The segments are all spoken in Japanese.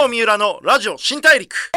郷三浦のラジオ新大陸。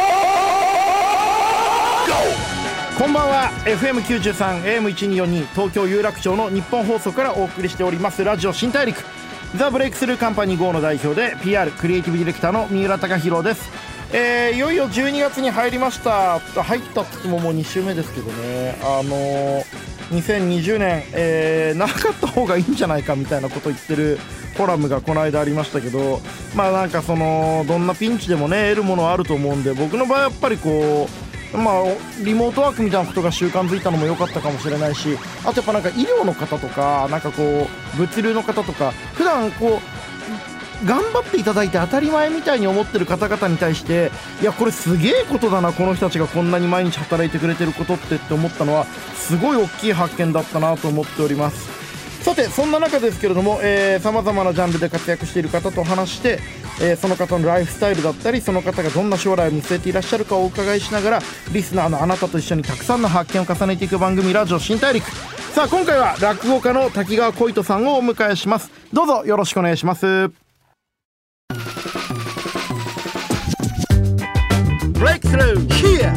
こんばんは。 FM93 AM1242 東京有楽町の日本放送からお送りしておりますラジオ新大陸。ザ・ブレイクスルーカンパニー GO の代表で PR クリエイティブディレクターの三浦貴大です。いよいよ12月に入りました。入ったって言ってももう2週目ですけどね、2020年、なかった方がいいんじゃないかみたいなことを言ってるコラムがこの間ありましたけど、まあなんかそのどんなピンチでもね得るものはあると思うんで、僕の場合やっぱりこうリモートワークみたいなことが習慣づいたのも良かったかもしれないし、あとやっぱなんか医療の方とかなんかこう物流の方とか普段こう頑張っていただいて当たり前みたいに思ってる方々に対して、いやこれすげえことだな、この人たちがこんなに毎日働いてくれてることって思ったのはすごい大きい発見だったなと思っております。さてそんな中ですけれども、さまざまなジャンルで活躍している方と話して、その方のライフスタイルだったりその方がどんな将来を見据えていらっしゃるかをお伺いしながら、リスナーのあなたと一緒にたくさんの発見を重ねていく番組ラジオ新大陸。さあ今回は落語家の滝川小糸さんをお迎えします。どうぞよろしくお願いします。Breakthrough here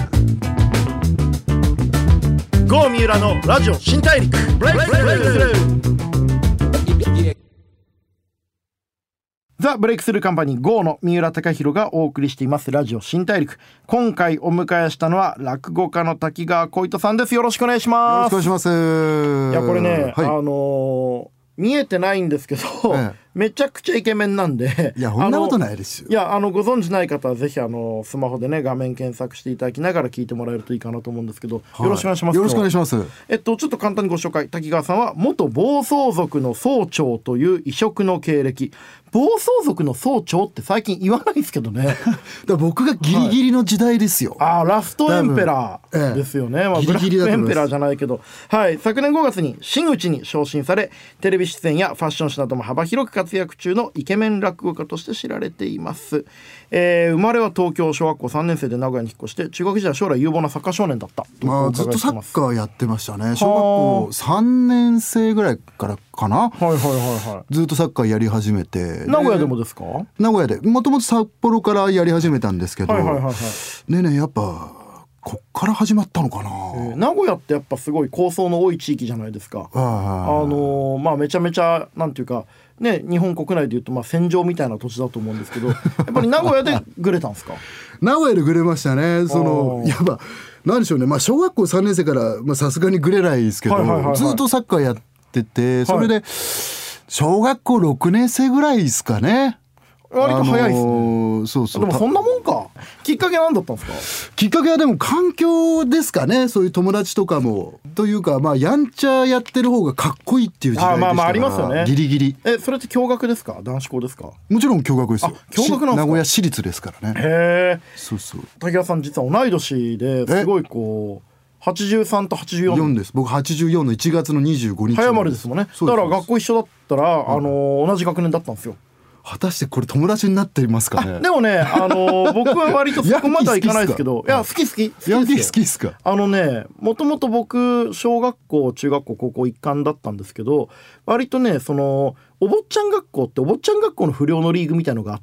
郷三浦のラジオ新大陸。 Breakthroughザ・ブレイクスルーカンパニー GO の三浦貴大がお送りしていますラジオ新大陸。今回お迎えしたのは落語家の滝川小糸さんです。よろしくお願いします。 よろしくお願いします。 いやこれね、 はい、 見えてないんですけど、めちゃくちゃイケメンなんで、 いやそんなことないですよ。 いやご存知ない方はぜひスマホでね画面検索していただきながら聞いてもらえるといいかなと思うんですけど、はい、よろしくお願いします。 よろしくお願いします。 ちょっと簡単にご紹介。滝川さんは元暴走族の総長という異色の経歴。暴走族の総長って最近言わないですけどねだ僕がギリギリの時代ですよ。 はい、ラストエンペラーですよね。 ギリギリだと思います。 ブラックエンペラーじゃないけど、はい、昨年5月に真打ちに昇進され、テレビ出演やファッション誌なども幅広く活躍中のイケメン落語家として知られています。生まれは東京、小学校3年生で名古屋に引っ越して、中学時代は将来有望なサッカー少年だったとずっとサッカーやってましたね。小学校3年生ぐらいからかな、ずっとサッカーやり始めて。 名古屋でもですか？ 名古屋でもともと札幌からやり始めたんですけど、ねやっぱこっから始まったのかな。 名古屋ってやっぱすごい高層の多い地域じゃないですか。めちゃめちゃなんていうかね、日本国内でいうと戦場みたいな土地だと思うんですけど、やっぱり名古屋でグレたんですか？ 名古屋でグレましたね。やっぱなんでしょうね、小学校3年生からさすがにグレないですけど、ずっとサッカーやってて、それで小学校6年生ぐらいですかね。 割と早いですね。 そうでもそんなもんか。きっかけは何だったんですか？ きっかけはでも環境ですかね。そういう友達とかもというか、やんちゃやってる方がかっこいいっていう時代でしたから。 ありますよね。 ギリギリ。 それって共学ですか？男子校ですか？ もちろん共学ですよ。 共学なんですか？ 名古屋市立ですからね。 へえ。 そうそう。 滝川さん実は同い年ですごいこう83と84 です。僕84の1月の25日。 早生まれですもんね。だから学校一緒だったら同じ学年だったんですよ。 果たしてこれ友達になっていますかね。 でもね、僕は割とそこまではいかないですけど、いや好きヤンキー好きですか？ もともと僕小学校中学校高校一貫だったんですけど、割とねお坊ちゃん学校ってお坊ちゃん学校の不良のリーグみたいのがあって、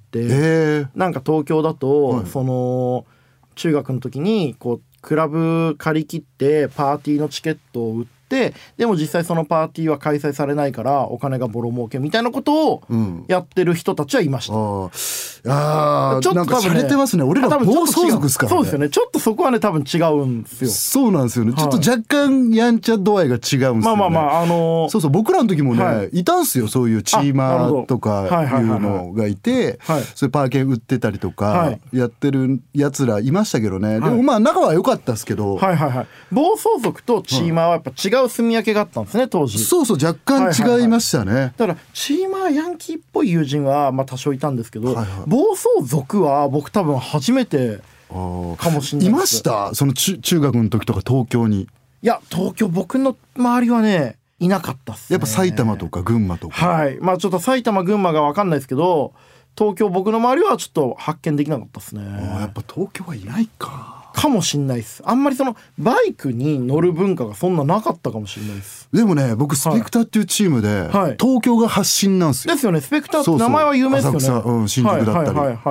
なんか東京だと、中学の時にこうクラブ借り切ってパーティーのチケットを売って、でも実際そのパーティーは開催されないからお金がボロ儲けみたいなことをやってる人たちはいました。ちょっとなんか洒落てますね。俺ら暴走族ですからね。 そうですよね。ちょっとそこはね多分違うんですよ。 そうなんですよね。ちょっと若干やんちゃ度合いが違うんですよね。そう僕らの時もね、いたんすよ。そういうチーマーとかいうのがいて、そういうパーケン売ってたりとかやってるやつらいましたけどね。でも仲は良かったですけど、 暴走族とチーマーはやっぱ違う住み分けがあったんですね当時。 そう若干違いましたね。 だからチーマーヤンキーっぽい友人は多少いたんですけど、暴走族は僕多分初めてかもしれないです。 いましたその中学の時とか東京に。 いや東京僕の周りはねいなかったっすね。 やっぱ埼玉とか群馬とか。 ちょっと埼玉群馬が分かんないですけど、東京僕の周りはちょっと発見できなかったっすね。 やっぱ東京はいないかもしんないです。あんまりバイクに乗る文化がそんななかったかもしれないです。 でもね僕スペクターっていうチームで、東京が発信なんですよ。 ですよね。スペクターって名前は有名ですよね。 浅草、新宿だったり、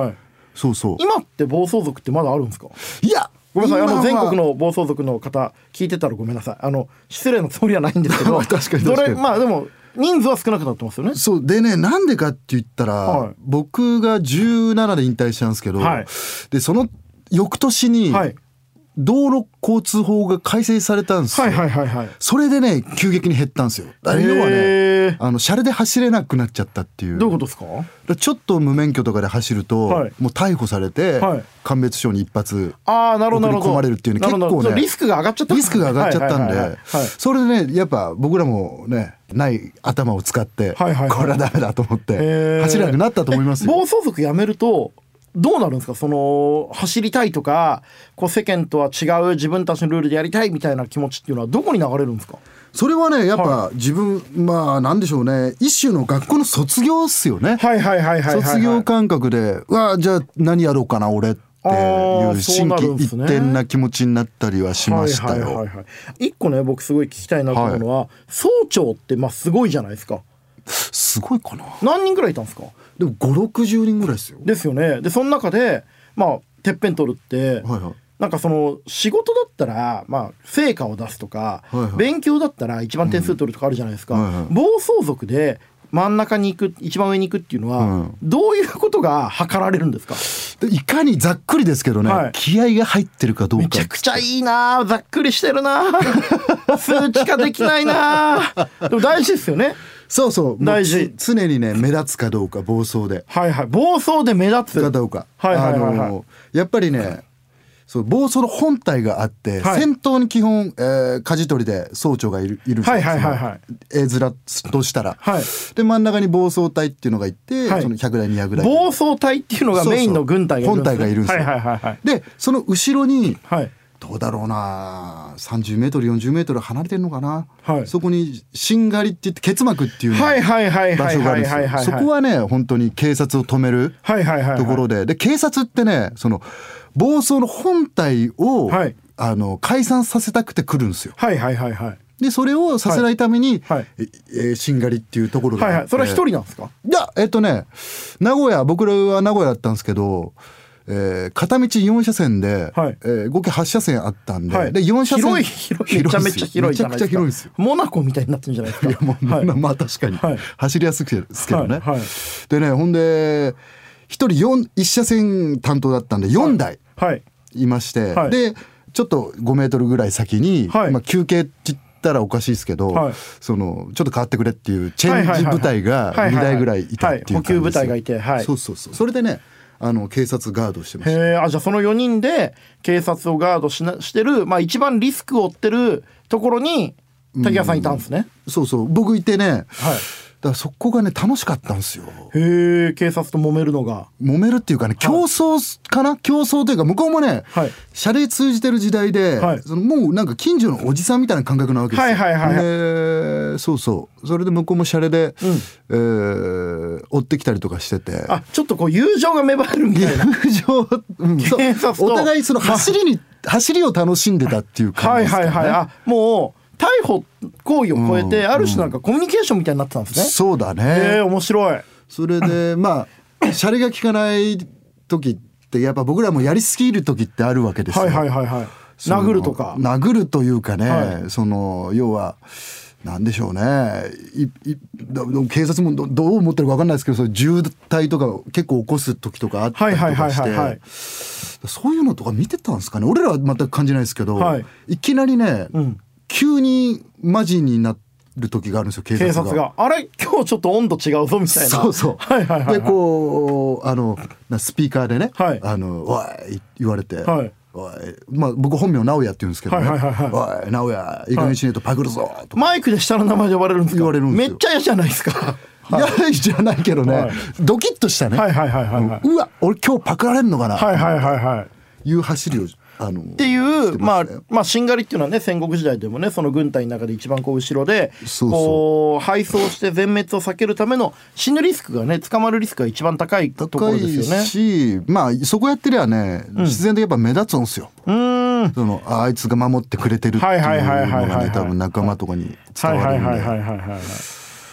そうそう。 今って暴走族ってまだあるんですか？ いやごめんなさい、全国の暴走族の方聞いてたらごめんなさい、失礼なつもりはないんですけど確かにそれでも人数は少なくなってますよね。 そうでね、なんでかって言ったら、僕が17で引退したんですけど、でその翌年に、道路交通法が改正されたんですよ。それでね急激に減ったんですよ。要はねシャレで走れなくなっちゃったっていう。 どういうことですか？ ちょっと無免許とかで走ると、もう逮捕されて、鑑別所に一発送り込まれるっていうね、結構ねリスクが上がっちゃったんで、それでねやっぱ僕らもねない頭を使って、これはダメだと思って走れなくなったと思いますよ。 暴走族やめるとどうなるんですか？走りたいとか世間とは違う自分たちのルールでやりたいみたいな気持ちっていうのはどこに流れるんですか？ それはねやっぱ自分、なんでしょうね、一種の学校の卒業っすよね。卒業感覚でじゃあ何やろうかな俺っていう心機一転な気持ちになったりはしましたよ。 一個ね僕すごい聞きたいなと思うのは、総長ってすごいじゃないですか。 すごいかな。 何人ぐらいいたんですか？ でも5、60人ぐらいですよ。 ですよね。でその中でてっぺん取るって、なんか仕事だったら成果を出すとか、勉強だったら一番点数取るとかあるじゃないですか。暴走族で真ん中に行く、一番上に行くっていうのは、どういうことが測られるんですか？ いかにざっくりですけどね、気合が入ってるかどうか。 めちゃくちゃいいな、ざっくりしてるな数値化できないな。でも大事ですよね。 そうそう大事。常にね目立つかどうか、暴走で暴走で目立つかどうか。やっぱりねそう暴走の本体があって、先頭に基本、舵取りで総長がいるんですよ。絵面としたら、で真ん中に暴走隊っていうのがいて、その100台200台暴走隊っていうのがメインの軍隊がいるんですよ。 本体がいるんですよ。でその後ろに、どうだろうな、30メートル40メートル離れてるのかな、そこにしんがりって言って結膜っていう場所があるんですよ。そこはね本当に警察を止めるところで、警察ってねその暴走の本体を、解散させたくて来るんですよ。でそれをさせないために、しんがりっていうところがあって、 それは一人なんですか？ いや名古屋、僕らは名古屋だったんですけど、片道4車線で、合計8車線あったんで、で4車線広いめちゃめちゃ広いじゃないですか。 めちゃくちゃ広いですよ。 モナコみたいになってるんじゃないですか。 いやもう、確かに、走りやすくですけどね。でねほんで一人1車線担当だったんで4台いまして、でちょっと5メートルぐらい先に、休憩って言ったらおかしいですけど、そのちょっと変わってくれっていうチェンジ部隊が2台ぐらいいたっていう感じですよ。 補給部隊がいて、 それでね警察ガードしてました。 じゃあその4人で警察をガードしてる、一番リスクを負ってるところに滝川さんいたんですね。 そう僕いてね、だからそこがね楽しかったんですよ。 警察と揉めるのが。 揉めるっていうかね、競争かな、競争というか向こうもね、謝礼通じてる時代で、もうなんか近所のおじさんみたいな感覚なわけですよ。そうそれで向こうも謝礼で、追ってきたりとかしてて、 ちょっと友情が芽生えるみたいな。 友情、お互いその走りを楽しんでたっていう感じですかね。 もう逮捕行為を超えて、ある種なんかコミュニケーションみたいになってたんですね。 そうだね。 面白い。 それでシャレが効かない時ってやっぱ僕らもやりすぎる時ってあるわけですよ。 殴るとか。 殴るというかね、その要はなんでしょうね、警察もどう思ってるか分かんないですけど、渋滞とか結構起こす時とかあったりとかして、そういうのとか見てたんですかね。俺らは全く感じないですけど、いきなりね、急にマジになる時があるんですよ、警察が。 あれ今日ちょっっと温度違うぞみたいな。 でこうスピーカーでね、おい言われて、おい、僕本名直哉って言うんですけどね、おい直哉いい加減にしねえとパクるぞとか、 マイクで下の名前で呼ばれるんですか？ 言われるんですよ。 めっちゃ嫌じゃないですか。 嫌じゃないけどね、ドキッとしたね。うわ俺今日パクられんのかないう走りをっていうしんがりっていうのはね、戦国時代でもね、その軍隊の中で一番後ろでこう敗走して全滅を避けるための死ぬリスクがね、捕まるリスクが一番高いところですよね。 し、そこやってりゃね、自然でやっぱ目立つんですよ。あいつが守ってくれてるっていうのがね、多分仲間とかに伝わるんで。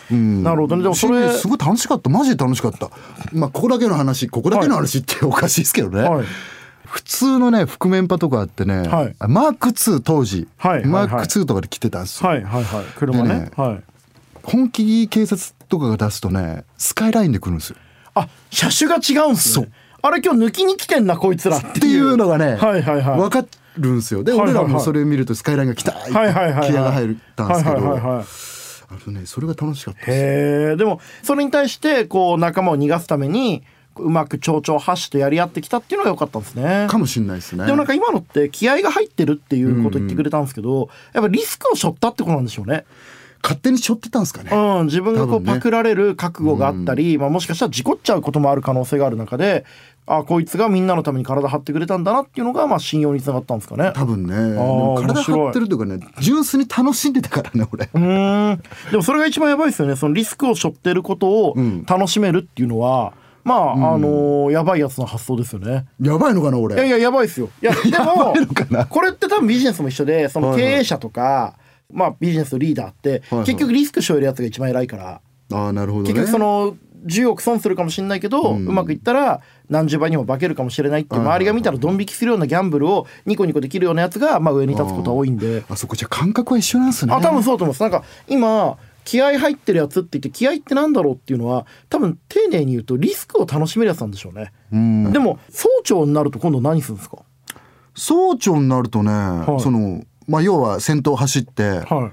なるほどね。でもそれすごい楽しかった。マジで楽しかった。まあここだけの話っておかしいですけどね、はい、普通のね覆面パとかあってね、はい、マーク2当時、はいはいはい、マーク2とかで来てたんですよ、はいはいはい、車 ね、はい、本気警察とかが出すとねスカイラインで来るんですよ。 あ、車種が違うんですね。そう、あれ今日抜きに来てんなこいつらっていうのがね、はいはいはい、分かるんですよ。で、 はいはいはい、 俺らもそれを見るとスカイラインが来たーって気合が入ったんですけど、それが楽しかったです。 へー。でもそれに対してこう仲間を逃がすためにうまく丁々発してやり合ってきたっていうのが良かったんですね。 かもしれないですね。 でもなんか今のって気合が入ってるっていうことを言ってくれたんですけど、やっぱリスクを背負ったってことなんでしょうね。 勝手に背負ってたんですかね、 うん、自分がこうパクられる覚悟があったり、まあ、もしかしたら事故っちゃうこともある可能性がある中で、あ、こいつがみんなのために体張ってくれたんだなっていうのがまあ信用につながったんですかね。 多分ね。でも体張ってるというかね、純粋に楽しんでたからね俺。 でもそれが一番やばいですよね。そのリスクを背負ってることを楽しめるっていうのは、まあやばいやつの発想ですよね。 やばいのかな俺。 いややばいですよ。いやでもこれって多分ビジネスも一緒で、その経営者とか、まあ、ビジネスのリーダーって、はいはい、結局リスク背負えるやつが一番偉いから。 あ、なるほどね。 結局その10億損するかもしれないけど、うまくいったら何十倍にも化けるかもしれないっていう、周りが見たらドン引きするようなギャンブルをニコニコできるようなやつがまあ上に立つことは多いんで。 あ、そこじゃ感覚は一緒なんですね。 多分そうと思います。なんか今気合入ってるやつって言って、気合ってなんだろうっていうのは多分丁寧に言うとリスクを楽しめるやつなんでしょうね。でも総長になると今度何するんですか。 総長になるとね、はい、そのまあ要は先頭走って、はい、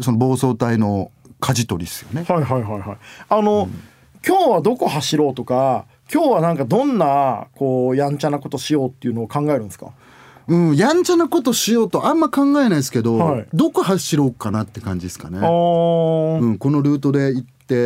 その暴走隊の舵取りですよね。はいはいはいはい。 今日はどこ走ろうとか、今日はなんかどんなこうやんちゃなことしようっていうのを考えるんですか。 やんちゃなことしようとあんま考えないですけど、はい、どこ走ろうかなって感じですかね。このルートで行って、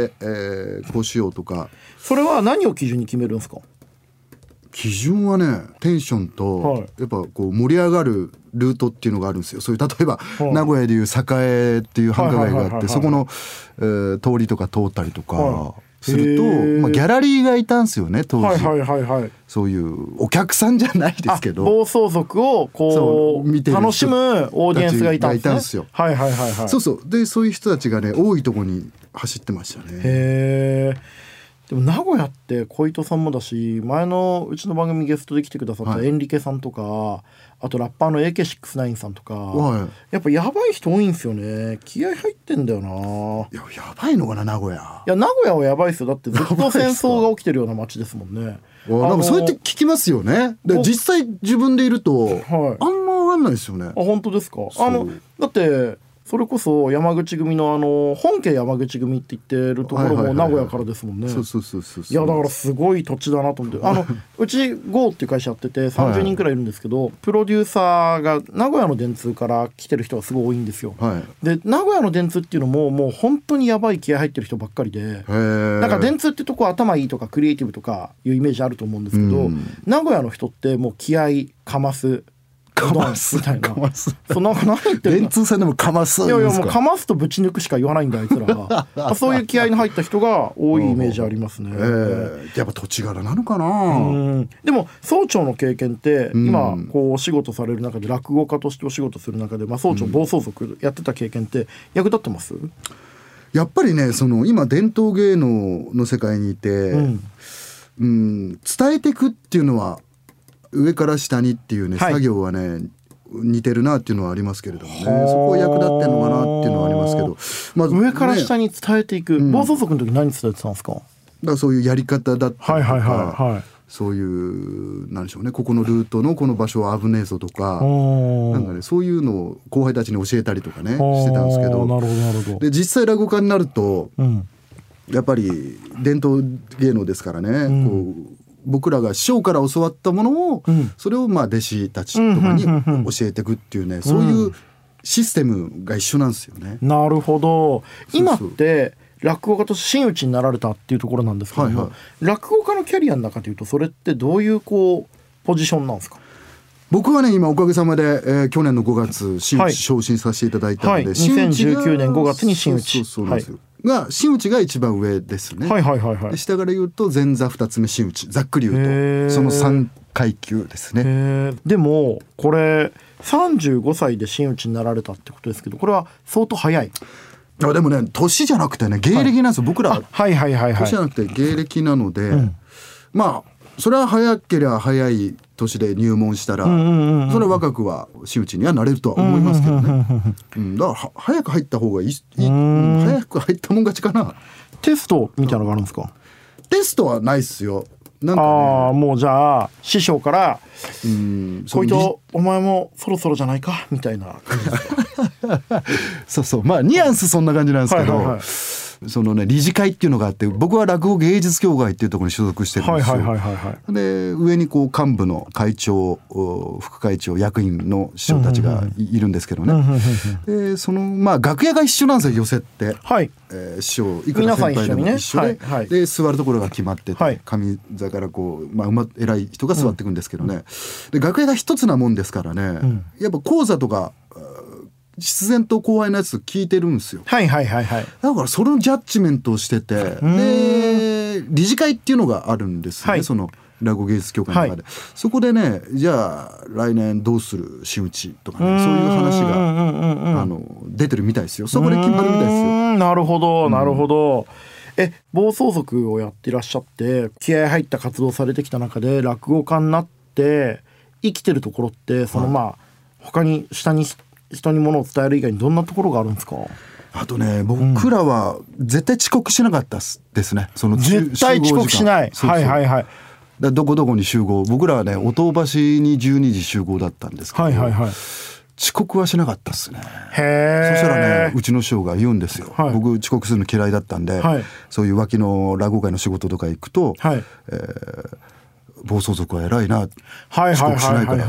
こうしようとか。それは何を基準に決めるんですか。 基準はね、テンションと、はい、やっぱこう盛り上がるルートっていうのがあるんですよ。そういう例えば、はい、名古屋でいう栄っていう繁華街があって、そこの、通りとか通ったりとか、はい、すると、まあ、ギャラリーがいたんですよね当時、はいはいはいはい、そういうお客さんじゃないですけど、 暴走族をこう見て楽しむオーディエンスがいたんですよ。はいはいはいはい。そうそう。でそういう人たちがね多いとこに走ってましたね。 へー。でも名古屋って小糸さんもだし、前のうちの番組ゲストで来てくださったエンリケさんとか、はい、あとラッパーの AK69 さんとか、はい、やっぱやばい人多いんですよね。気合入ってんだよな。 やばいのかな名古屋。 いや名古屋はやばいですよ。だってずっと戦争が起きてるような街ですもんね。 なんかそうやって聞きますよね。で実際自分でいると、はい、あんま分かんないですよね。 本当ですか。だってそれこそ山口組の本家山口組って言ってるところも名古屋からですもんね。いやだからすごい土地だなと思ってうち GO っていう会社やってて30人くらいいるんですけど、プロデューサーが名古屋の電通から来てる人がすごい多いんですよ、はい、で名古屋の電通っていうのももう本当にやばい気合入ってる人ばっかりで、なんか電通ってとこ頭いいとかクリエイティブとかいうイメージあると思うんですけど、名古屋の人ってもう気合かますかますみたいな。 そうなんか何言ってるの。 電通さんでもかますんですか。 いやいやもうかますとぶち抜くしか言わないんだあいつらはそういう気合いの入った人が多いイメージありますね。 やっぱ土地柄なのかな。 でも総長の経験って今こうお仕事される中で落語家としてお仕事する中で、まあ、総長暴走族やってた経験って役立ってます？ やっぱりねその今伝統芸能の世界にいて、伝えていくっていうのは上から下にっていうね、はい、作業はね似てるなっていうのはありますけれどもね、そこは役立ってんのかなっていうのはありますけど、 まず、上から下に伝えていく、暴走族の時何伝えてたんですか？ だからそういうやり方だったりとか、そういうなんでしょうね、ここのルートのこの場所は危ねえぞとか、なんかねそういうのを後輩たちに教えたりとかねしてたんですけど、 なるほどなるほど。 で実際落語家になると、やっぱり伝統芸能ですからね、こう僕らが師匠から教わったものを、それをまあ弟子たちとかに教えていくっていうね、そういうシステムが一緒なんですよね。 なるほど。今って落語家として真打ちになられたっていうところなんですけども、落語家のキャリアの中でいうとそれってどういうこうポジションなんですか？ 僕はね今おかげさまで、去年の5月真打ち昇進させていただいたので、 2019年5月に真打ち、 そうなんですよ、が真打ちが一番上ですね。で下から言うと前座2つ目真打ち、ざっくり言うとその3階級ですね。 でもこれ35歳で真打ちになられたってことですけど、これは相当早い？ でもね年じゃなくてね芸歴なんですよ、僕ら。 はいはいはいはい。 年じゃなくて芸歴なので、まあそれは早ければ早い年で入門したら、それは若くは真打ちにはなれるとは思いますけどね。だから早く入った方がいい、早く入ったもん勝ちかな。 テストみたいなのがあるんですか？ テストはないっすよ。なんかね、 もうじゃあ師匠から小糸お前もそろそろじゃないかみたいな感じですか？ そうそう、まあニュアンスそんな感じなんですけど、そのね理事会っていうのがあって、僕は落語芸術協会っていうところに所属してるんですよ。で上にこう幹部の会長、副会長、役員の師匠たちがいるんですけどね。でそのまあ楽屋が一緒なんですよ、寄席って。師匠いくら先輩でも一緒で、で座るところが決まってて、上座からこう偉い人が座っていくんですけどね。で楽屋が一つなもんですからね、やっぱ講座とか必然と後輩のやつ聞いてるんですよ。だからそのジャッジメントをしてて、で理事会っていうのがあるんですね、その落語芸術協会の中で。そこでね、じゃあ来年どうする真打ちとかね、そういう話が出てるみたいですよ。そこで決まるみたいですよ。 なるほどなるほど。暴走族をやっていらっしゃって気合入った活動されてきた中で落語家になって生きてるところって、そのまあ他に下に人に物を伝える以外にどんなところがあるんですか？ あとね、僕らは絶対遅刻しなかったですね。その絶対遅刻しない。 だどこどこに集合、僕らはね音橋に12時集合だったんですけど、遅刻はしなかったっすね。そしたらね、うちの師匠が言うんですよ。僕遅刻するの嫌いだったんで、そういう脇の落語会の仕事とか行くと、暴走族は偉いな、遅刻しないから。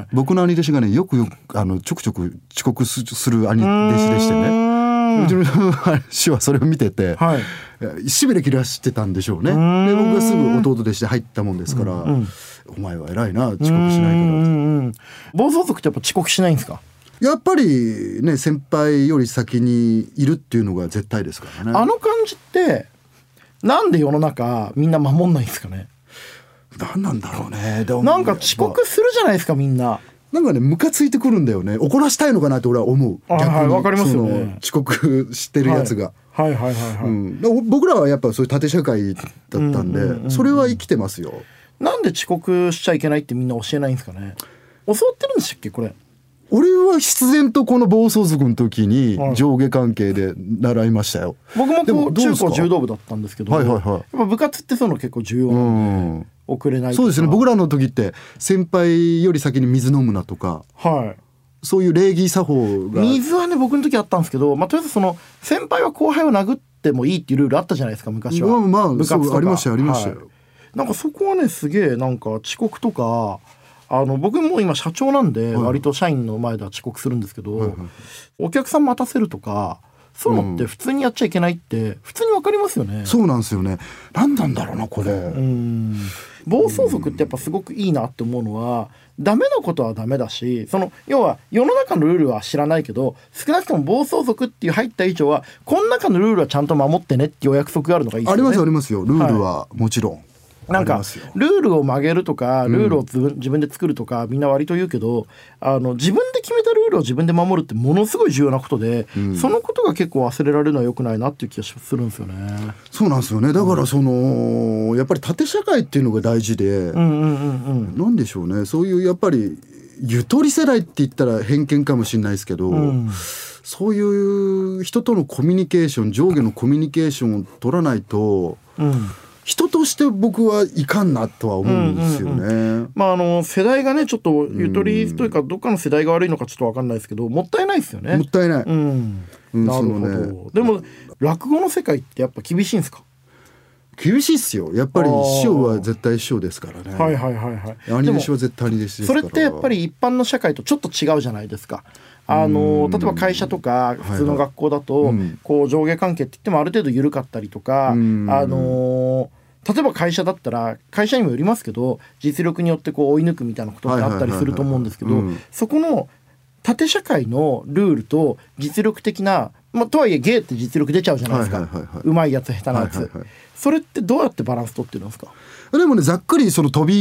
僕の兄弟子がねよくちょくちょく遅刻する兄弟子でしてね、うちの師はそれを見てて、しびれ切らしてたんでしょうね。で僕がすぐ弟弟子で入ったもんですから、お前は偉いな、遅刻しないから。 暴走族ってやっぱ遅刻しないんですか？ やっぱりね、先輩より先にいるっていうのが絶対ですからね。 あの感じってなんで世の中みんな守んないんですかね？ 何なんだろうね。 なんか遅刻するじゃないですか、みんな。 なんかねムカついてくるんだよね。怒らしたいのかなって俺は思う。逆にわかりますよね。 遅刻してるやつが。僕らはやっぱそういう縦社会だったんで、それは生きてますよ。 なんで遅刻しちゃいけないってみんな教えないんですかね？教わってるんでしたっけこれ？ 俺は必然とこの暴走族の時に上下関係で習いましたよ。 僕も中高柔道部だったんですけど、やっぱ部活ってそういうの結構重要なんで、遅れないとか。 そうですね、僕らの時って先輩より先に水飲むなとか、そういう礼儀作法が。 水はね僕の時あったんですけど、とりあえずその先輩は後輩を殴ってもいいっていうルールあったじゃないですか昔は。部活とかありましたよありましたよ。 なんかそこはねすげえなんか遅刻とか、僕も今社長なんで割と社員の前では遅刻するんですけど、お客さん待たせるとかそういうのって普通にやっちゃいけないって普通に分かりますよね。 そうなんですよね。何なんだろうなこれ。 暴走族ってやっぱすごくいいなって思うのは、ダメなことはダメだし、その要は世の中のルールは知らないけど、少なくとも暴走族っていう入った以上はこの中のルールはちゃんと守ってねっていうお約束があるのがいいですよね。 ありますありますよ。ルールはもちろん。 なんかルールを曲げるとかルールを自分で作るとかみんな割と言うけど、自分で決めたルールを自分で守るってものすごい重要なことで、そのことが結構忘れられるのは良くないなっていう気がするんですよね。 そうなんですよね。だからやっぱり縦社会っていうのが大事で、なんでしょうね、そういうやっぱりゆとり世代って言ったら偏見かもしれないですけど、そういう人とのコミュニケーション、上下のコミュニケーションを取らないと、人として僕はいかんなとは思うんですよね。 世代がねちょっとゆとりというかどっかの世代が悪いのかちょっと分かんないですけど、もったいないですよね。 もったいない。 なるほど。でも落語の世界ってやっぱ厳しいんですか？ 厳しいっすよ。やっぱり師匠は絶対師匠ですからね。兄弟子は絶対兄弟子ですから。 それってやっぱり一般の社会とちょっと違うじゃないですか。例えば会社とか普通の学校だと、こう上下関係って言ってもある程度緩かったりとか、例えば会社だったら会社にもよりますけど実力によってこう追い抜くみたいなことってあったりすると思うんですけど、そこの縦社会のルールと実力的な、とはいえ芸って実力出ちゃうじゃないですか。うまいやつ下手なやつ、それってどうやってバランス取ってるんですか？ でもねざっくりその飛び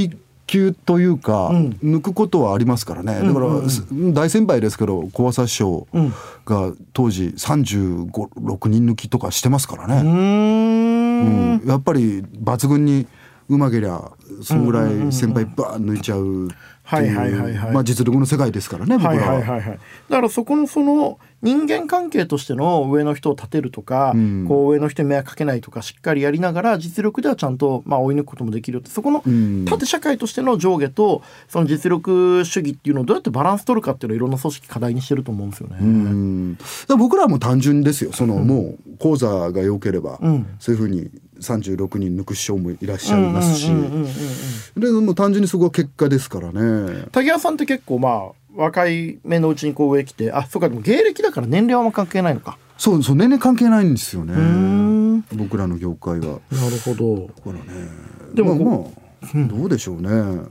級というか、抜くことはありますからね。だから、大先輩ですけど小朝師匠が当時35、6人抜きとかしてますからね。やっぱり抜群にうまけりゃそんぐらい先輩バーン抜いちゃうっていう実力の世界ですからね、僕らは。 だからそこのその人間関係としての上の人を立てるとか、こう上の人に迷惑かけないとかしっかりやりながら実力ではちゃんと追い抜くこともできるって、そこの縦社会としての上下とその実力主義っていうのをどうやってバランス取るかっていうのをいろんな組織課題にしてると思うんですよね。 だから僕らはもう単純ですよ。そのもう講座が良ければ、そういうふうに36人抜く師匠もいらっしゃいますし、でもう単純にそこは結果ですからね。 滝川さんって結構若い目のうちにこう上来て、そうか、でも芸歴だから年齢はあんま関係ないのか。 そう年齢関係ないんですよね、僕らの業界は。なるほど。 だからね、でもどうでしょうね。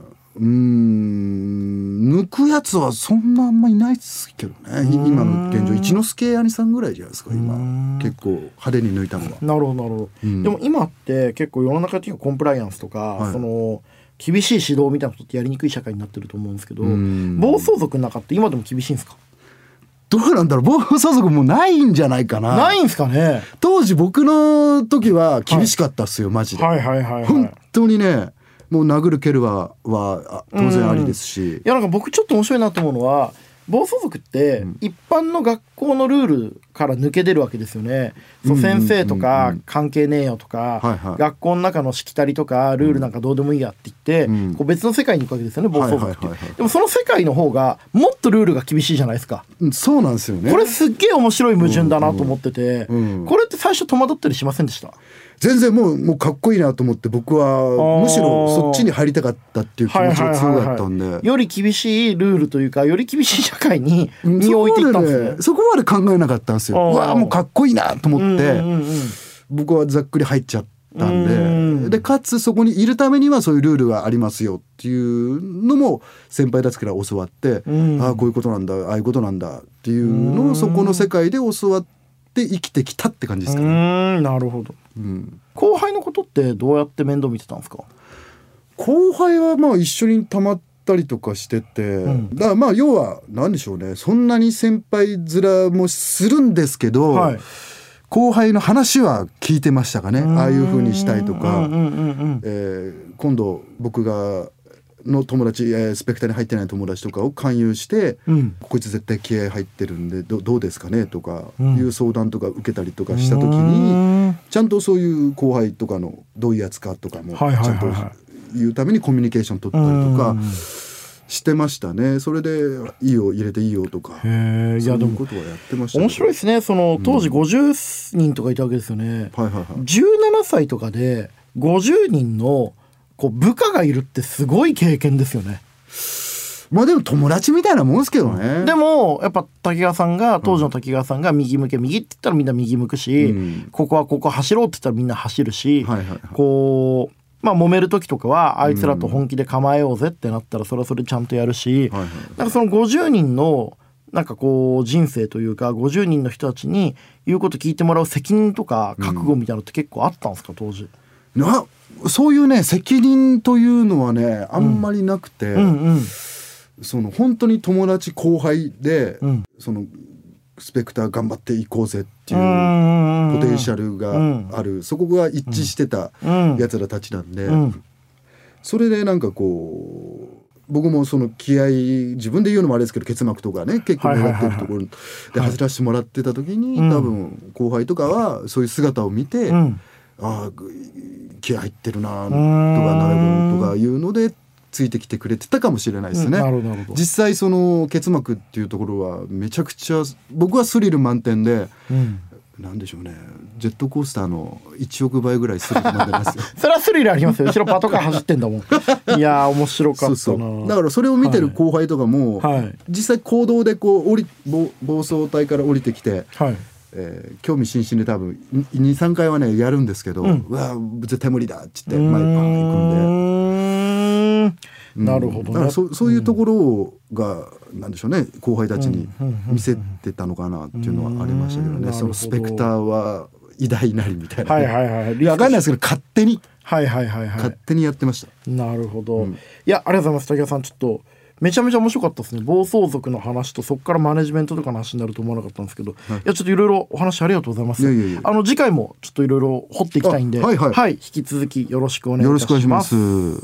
抜くやつはそんなあんまいないですけどね。今の現状一之輔兄さんぐらいじゃないですか今結構派手に抜いたのは。 なるほどなるほど、でも今って結構世の中的にコンプライアンスとか、その厳しい指導みたいなことってやりにくい社会になってると思うんですけど、暴走族の中って今でも厳しいんですか？ どうなんだろう。暴走族もうないんじゃないかな。 ないんですかね。 当時僕の時は厳しかったっすよ、マジで。本当にね、もう殴る蹴るは当然ありですし、 いやなんか僕ちょっと面白いなと思うのは、暴走族って一般の学校のルールから抜け出るわけですよね。先生とか関係ねえよとか、学校の中のしきたりとかルールなんかどうでもいいやって言って、こう別の世界に行くわけですよね、暴走族って。でもその世界の方がもっとルールが厳しいじゃないですか。 そうなんですよね。 これすっげえ面白い矛盾だなと思ってて、これって最初戸惑ったりしませんでした？ 全然もうかっこいいなと思って、僕はむしろそっちに入りたかったっていう気持ちが強かったんで、 より厳しいルールというかより厳しい社会に身を置いていったんですね。 そこまで考えなかったんですよ。うわもうかっこいいなと思って、僕はざっくり入っちゃったんで、かつそこにいるためにはそういうルールがありますよっていうのも先輩たちから教わって、ああこういうことなんだ、ああいうことなんだっていうのをそこの世界で教わって生きてきたって感じですかね。 なるほど。後輩のことってどうやって面倒見てたんですか？ 後輩は一緒にたまったりとかしてて、だから要は何でしょうね、そんなに先輩面もするんですけど、後輩の話は聞いてましたかね。ああいう風にしたいとか、今度僕がの友達、スペクターに入ってない友達とかを勧誘して、こいつ絶対気合入ってるんで どうですかねとかいう相談とか受けたりとかした時に、ちゃんとそういう後輩とかのどういうやつかとかもちゃんと言うためにコミュニケーション取ったりとかしてましたね。それでいいよ入れていいよとか、そういうことはやってましたね。 面白いですね。その当時50人とかいたわけですよね。17歳とかで50人の部下がいるってすごい経験ですよね。 でも友達みたいなもんですけどね。 でもやっぱ当時の滝川さんが右向け右って言ったらみんな右向くし、ここ走ろうって言ったらみんな走るし、こう揉める時とかはあいつらと本気で構えようぜってなったらそれはそれちゃんとやるし、なんかその50人のなんか人生というか50人の人たちに言うこと聞いてもらう責任とか覚悟みたいなのって結構あったんですか当時？ そういうね責任というのはねあんまりなくて、その本当に友達後輩で、そのスペクター頑張っていこうぜっていうポテンシャルがある、そこが一致してたやつらたちなんで、それでなんか僕もその気合自分で言うのもあれですけど結膜とかね結構目立ってるところで走らせてもらってた時に、多分後輩とかはそういう姿を見て、あ気合入ってるなとかなるとかいうのでついてきてくれてたかもしれないですね。実際その結膜っていうところはめちゃくちゃ僕はスリル満点で、なんでしょうね、ジェットコースターの1億倍ぐらいスリル満点ですよそれはスリルありますよ。後ろパトカー走ってんだもんいや面白かったな。 だからそれを見てる後輩とかも、実際行動で暴走隊から降りてきて、興味津々で多分 2,3 回はねやるんですけど、うわ絶対無理だっつって前パン行くんで、 なるほどね。 だからそういうところがなんでしょうね、後輩たちに見せてたのかなっていうのはありましたけどね。そのスペクターは偉大なりみたいな、分かんないですけど勝手に勝手にやってました。 なるほど、いやありがとうございます。竹谷さんちょっとめちゃめちゃ面白かったですね。暴走族の話とそこからマネジメントとかの話になると思わなかったんですけど、いやちょっといろいろお話ありがとうございます。次回もちょっといろいろ掘っていきたいんで、引き続きよろしくお願いいたします。よろしくお願いします。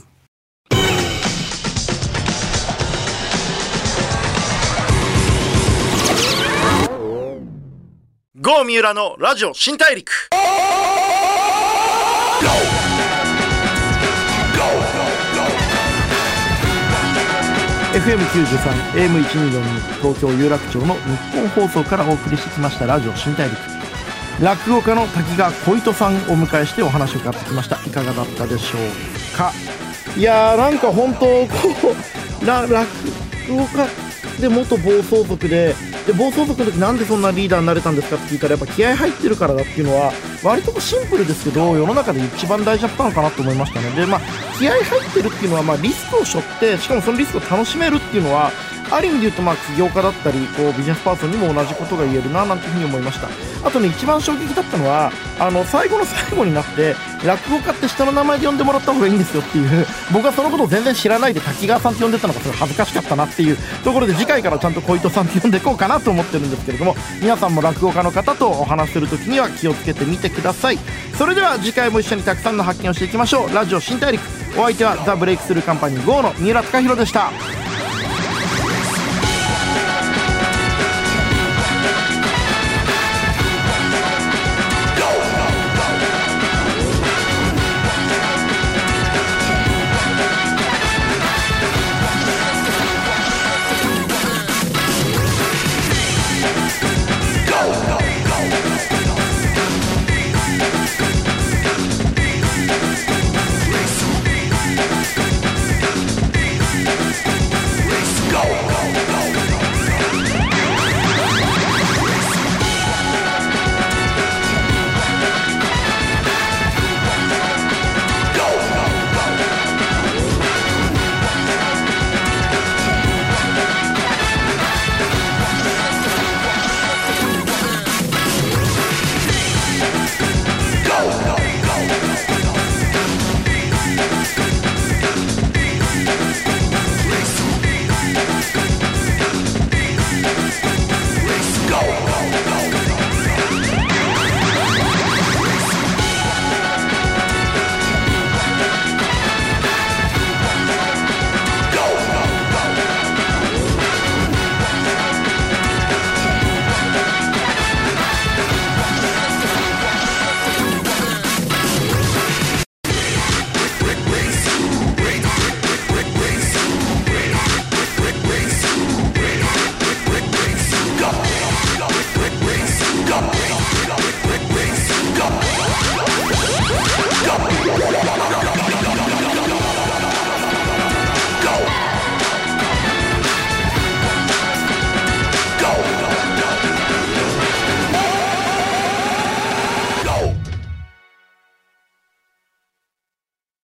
郷三浦のラジオ新大陸。FM93 AM1242 東京有楽町の日本放送からお送りしてきましたラジオ新大陸。落語家の滝川小糸さんをお迎えしてお話を伺ってきました。いかがだったでしょうか。いやーなんか本当こう落語家で元暴走族で暴走族の時なんでそんなリーダーになれたんですかって聞いたら、やっぱ気合入ってるからだっていうのは割とシンプルですけど世の中で一番大事だったのかなと思いましたね。で気合入ってるっていうのはリスクを背負って、しかもそのリスクを楽しめるっていうのはある意味で言うと起業家だったりビジネスパーソンにも同じことが言えるななんていうふうに思いました。あとね一番衝撃だったのは最後の最後になって落語家って下の名前で呼んでもらった方がいいんですよっていう、僕はそのことを全然知らないで滝川さんって呼んでたのがすごい恥ずかしかったなっていうところで、次回からちゃんと小糸さんって呼んでいこうかなと思ってるんですけれども、皆さんも落語家の方とお話しするときには気をつけてみてください。それでは次回も一緒にたくさんの発見をしていきましょう。ラジオ新大陸、お相手はザ・ブレイクスルーカンパニー GO の三浦貴大でした。